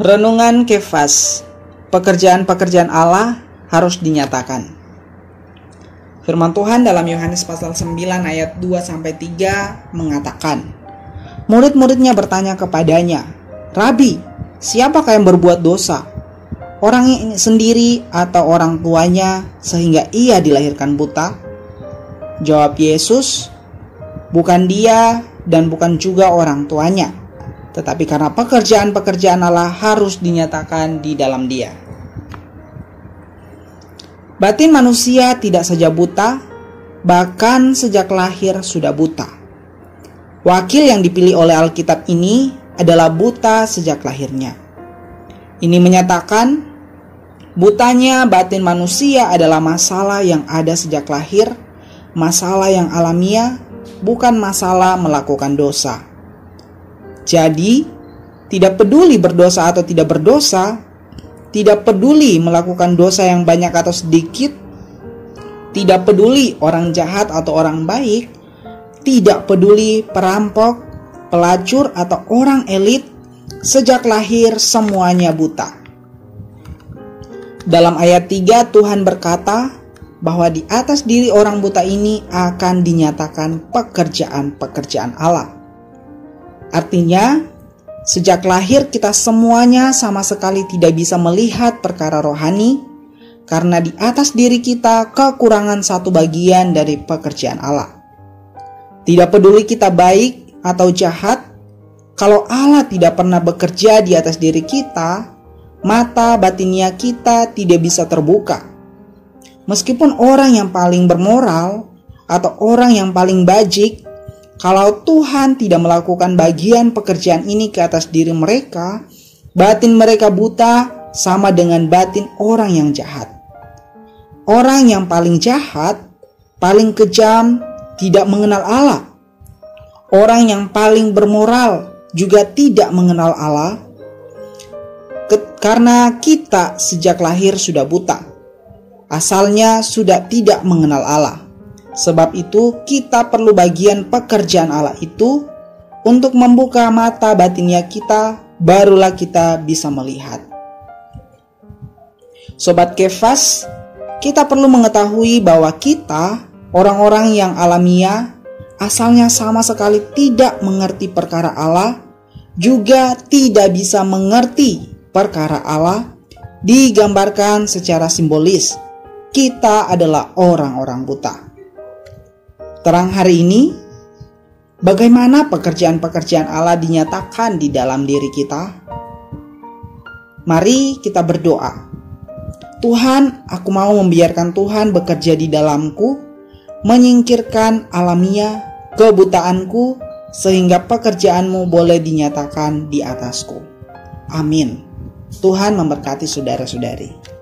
Renungan Kefas. Pekerjaan-pekerjaan Allah harus dinyatakan. Firman Tuhan dalam Yohanes pasal 9 ayat 2-3 mengatakan, murid-muridnya bertanya kepadanya, "Rabi, siapakah yang berbuat dosa? Orang ini sendiri atau orang tuanya sehingga ia dilahirkan buta?" Jawab Yesus, "Bukan dia dan bukan juga orang tuanya, tetapi karena pekerjaan-pekerjaan Allah harus dinyatakan di dalam dia." Batin manusia tidak saja buta, bahkan sejak lahir sudah buta. Wakil yang dipilih oleh Alkitab ini adalah buta sejak lahirnya. Ini menyatakan butanya batin manusia adalah masalah yang ada sejak lahir, masalah yang alamiah, bukan masalah melakukan dosa. Jadi, tidak peduli berdosa atau tidak berdosa, tidak peduli melakukan dosa yang banyak atau sedikit, tidak peduli orang jahat atau orang baik, tidak peduli perampok, pelacur atau orang elit, sejak lahir semuanya buta. Dalam ayat 3 Tuhan berkata bahwa di atas diri orang buta ini akan dinyatakan pekerjaan-pekerjaan Allah. Artinya, sejak lahir kita semuanya sama sekali tidak bisa melihat perkara rohani, karena di atas diri kita kekurangan satu bagian dari pekerjaan Allah. Tidak peduli kita baik atau jahat, kalau Allah tidak pernah bekerja di atas diri kita, mata batinia kita tidak bisa terbuka. Meskipun orang yang paling bermoral atau orang yang paling bajik, kalau Tuhan tidak melakukan bagian pekerjaan ini ke atas diri mereka, batin mereka buta sama dengan batin orang yang jahat. Orang yang paling jahat, paling kejam, tidak mengenal Allah. Orang yang paling bermoral juga tidak mengenal Allah, karena kita sejak lahir sudah buta. Asalnya sudah tidak mengenal Allah. Sebab itu kita perlu bagian pekerjaan Allah itu untuk membuka mata batinnya kita, barulah kita bisa melihat. Sobat Kefas, kita perlu mengetahui bahwa kita, orang-orang yang alamiah, asalnya sama sekali tidak mengerti perkara Allah, juga tidak bisa mengerti perkara Allah, digambarkan secara simbolis. Kita adalah orang-orang buta. Terang hari ini, bagaimana pekerjaan-pekerjaan Allah dinyatakan di dalam diri kita? Mari kita berdoa. Tuhan, aku mau membiarkan Tuhan bekerja di dalamku, menyingkirkan alamiah, kebutaanku, sehingga pekerjaan-Mu boleh dinyatakan di atasku. Amin. Tuhan memberkati saudara-saudari.